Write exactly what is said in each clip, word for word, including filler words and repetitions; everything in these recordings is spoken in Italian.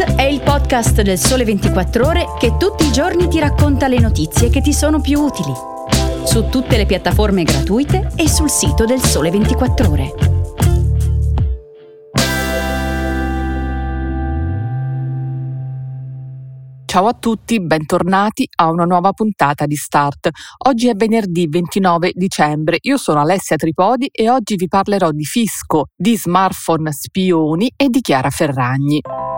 Start è il podcast del Sole ventiquattro Ore che tutti i giorni ti racconta le notizie che ti sono più utili. Su tutte le piattaforme gratuite e sul sito del Sole ventiquattro Ore. Ciao a tutti, bentornati a una nuova puntata di Start. Oggi è venerdì ventinove dicembre, io sono Alessia Tripodi e oggi vi parlerò di fisco, di smartphone spioni e di Chiara Ferragni.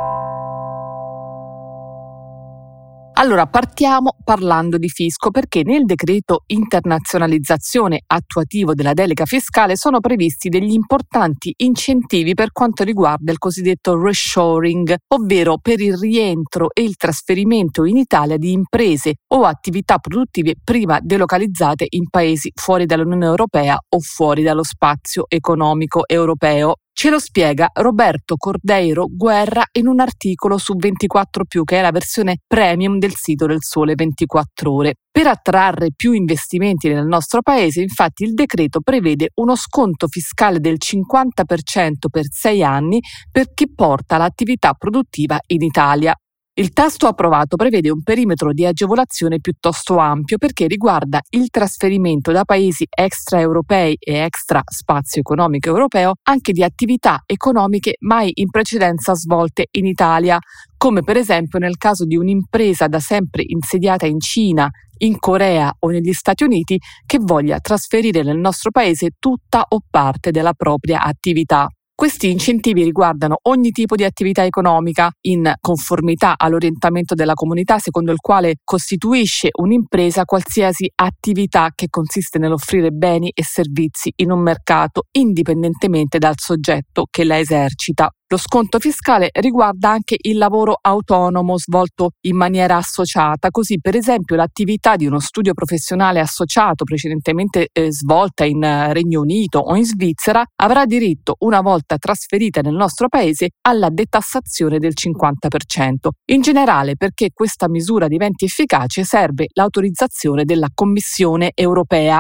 Allora, partiamo parlando di fisco perché nel decreto internazionalizzazione attuativo della delega fiscale sono previsti degli importanti incentivi per quanto riguarda il cosiddetto reshoring, ovvero per il rientro e il trasferimento in Italia di imprese o attività produttive prima delocalizzate in paesi fuori dall'Unione Europea o fuori dallo spazio economico europeo. Ce lo spiega Roberto Cordeiro Guerra in un articolo su ventiquattro più, che è la versione premium del sito del Sole ventiquattro Ore. Per attrarre più investimenti nel nostro paese, infatti, il decreto prevede uno sconto fiscale del cinquanta per cento per sei anni per chi porta l'attività produttiva in Italia. Il testo approvato prevede un perimetro di agevolazione piuttosto ampio perché riguarda il trasferimento da paesi extraeuropei e extra spazio economico europeo anche di attività economiche mai in precedenza svolte in Italia, come per esempio nel caso di un'impresa da sempre insediata in Cina, in Corea o negli Stati Uniti che voglia trasferire nel nostro paese tutta o parte della propria attività. Questi incentivi riguardano ogni tipo di attività economica in conformità all'orientamento della comunità secondo il quale costituisce un'impresa qualsiasi attività che consiste nell'offrire beni e servizi in un mercato indipendentemente dal soggetto che la esercita. Lo sconto fiscale riguarda anche il lavoro autonomo svolto in maniera associata, così per esempio l'attività di uno studio professionale associato precedentemente eh, svolta in eh, Regno Unito o in Svizzera avrà diritto, una volta trasferita nel nostro paese, alla detassazione del cinquanta per cento. In generale, perché questa misura diventi efficace, serve l'autorizzazione della Commissione europea.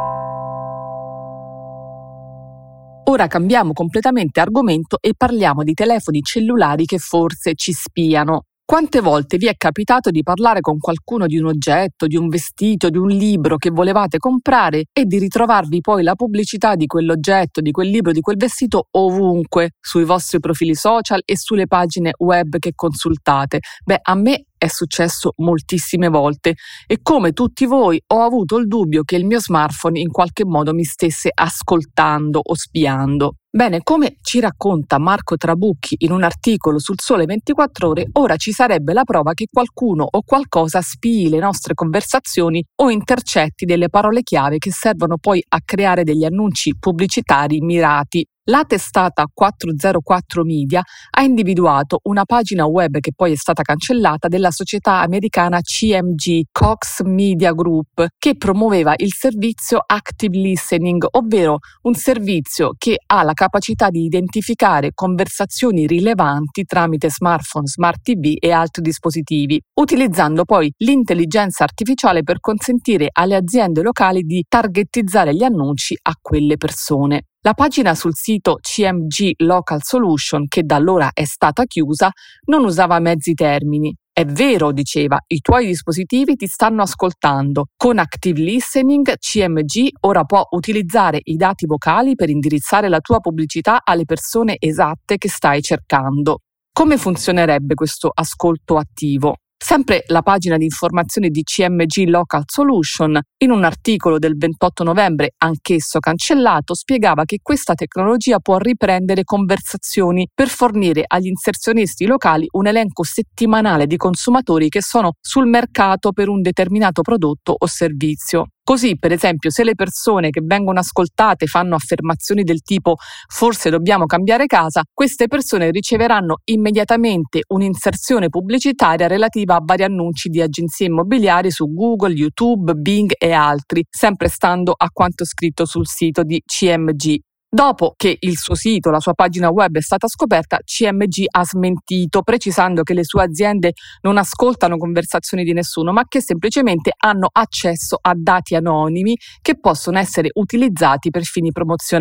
Ora cambiamo completamente argomento e parliamo di telefoni cellulari che forse ci spiano. Quante volte vi è capitato di parlare con qualcuno di un oggetto, di un vestito, di un libro che volevate comprare e di ritrovarvi poi la pubblicità di quell'oggetto, di quel libro, di quel vestito ovunque, sui vostri profili social e sulle pagine web che consultate? Beh, a me è successo moltissime volte e come tutti voi ho avuto il dubbio che il mio smartphone in qualche modo mi stesse ascoltando o spiando. Bene, come ci racconta Marco Trabucchi in un articolo sul Sole ventiquattro Ore, ora ci sarebbe la prova che qualcuno o qualcosa spii le nostre conversazioni o intercetti delle parole chiave che servono poi a creare degli annunci pubblicitari mirati. La testata quattrocentoquattro Media ha individuato una pagina web che poi è stata cancellata della società americana C M G, Cox Media Group, che promuoveva il servizio Active Listening, ovvero un servizio che ha la capacità di identificare conversazioni rilevanti tramite smartphone, smart T V e altri dispositivi, utilizzando poi l'intelligenza artificiale per consentire alle aziende locali di targetizzare gli annunci a quelle persone. La pagina sul sito C M G Local Solution, che da allora è stata chiusa, non usava mezzi termini. È vero, diceva, i tuoi dispositivi ti stanno ascoltando. Con Active Listening C M G ora può utilizzare i dati vocali per indirizzare la tua pubblicità alle persone esatte che stai cercando. Come funzionerebbe questo ascolto attivo? Sempre la pagina di informazioni di C M G Local Solution, in un articolo del ventotto novembre, anch'esso cancellato, spiegava che questa tecnologia può riprendere conversazioni per fornire agli inserzionisti locali un elenco settimanale di consumatori che sono sul mercato per un determinato prodotto o servizio. Così, per esempio, se le persone che vengono ascoltate fanno affermazioni del tipo «forse dobbiamo cambiare casa», queste persone riceveranno immediatamente un'inserzione pubblicitaria relativa a vari annunci di agenzie immobiliari su Google, YouTube, Bing e altri, sempre stando a quanto scritto sul sito di C M G. Dopo che il suo sito, la sua pagina web è stata scoperta, C M G ha smentito, precisando che le sue aziende non ascoltano conversazioni di nessuno, ma che semplicemente hanno accesso a dati anonimi che possono essere utilizzati per fini promozionali.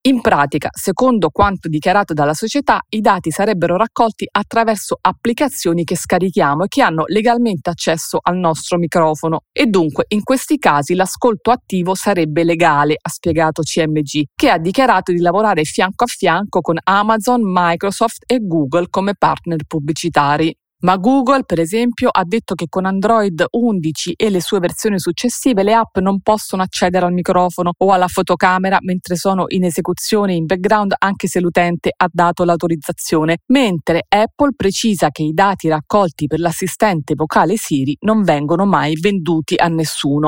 In pratica, secondo quanto dichiarato dalla società, i dati sarebbero raccolti attraverso applicazioni che scarichiamo e che hanno legalmente accesso al nostro microfono e dunque in questi casi l'ascolto attivo sarebbe legale, ha spiegato C M G, che ha dichiarato di lavorare fianco a fianco con Amazon, Microsoft e Google come partner pubblicitari. Ma Google, per esempio, ha detto che con Android undici e le sue versioni successive le app non possono accedere al microfono o alla fotocamera mentre sono in esecuzione in background anche se l'utente ha dato l'autorizzazione, mentre Apple precisa che i dati raccolti per l'assistente vocale Siri non vengono mai venduti a nessuno.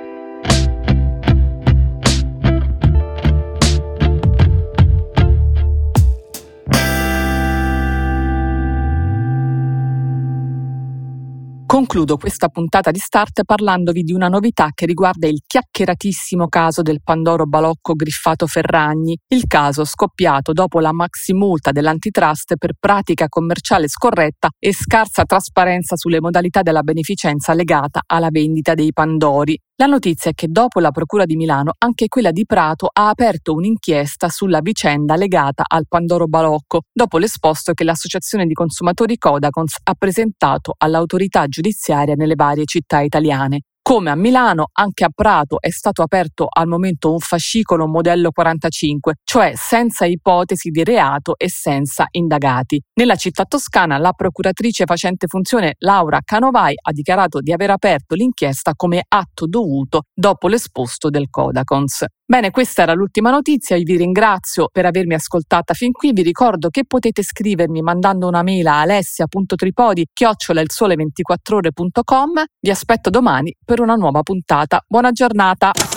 Concludo questa puntata di Start parlandovi di una novità che riguarda il chiacchieratissimo caso del Pandoro Balocco Griffato Ferragni, il caso scoppiato dopo la maximulta dell'antitrust per pratica commerciale scorretta e scarsa trasparenza sulle modalità della beneficenza legata alla vendita dei Pandori. La notizia è che dopo la Procura di Milano, anche quella di Prato ha aperto un'inchiesta sulla vicenda legata al Pandoro Balocco, dopo l'esposto che l'Associazione di Consumatori Codacons ha presentato all'autorità giudiziaria nelle varie città italiane. Come a Milano, anche a Prato è stato aperto al momento un fascicolo modello quarantacinque, cioè senza ipotesi di reato e senza indagati. Nella città toscana la procuratrice facente funzione Laura Canovai ha dichiarato di aver aperto l'inchiesta come atto dovuto dopo l'esposto del Codacons. Bene, questa era l'ultima notizia, io vi ringrazio per avermi ascoltata fin qui, vi ricordo che potete scrivermi mandando una mail a alessia punto tripodi chiocciola il sole ventiquattro ore punto com, vi aspetto domani per una nuova puntata. Buona giornata!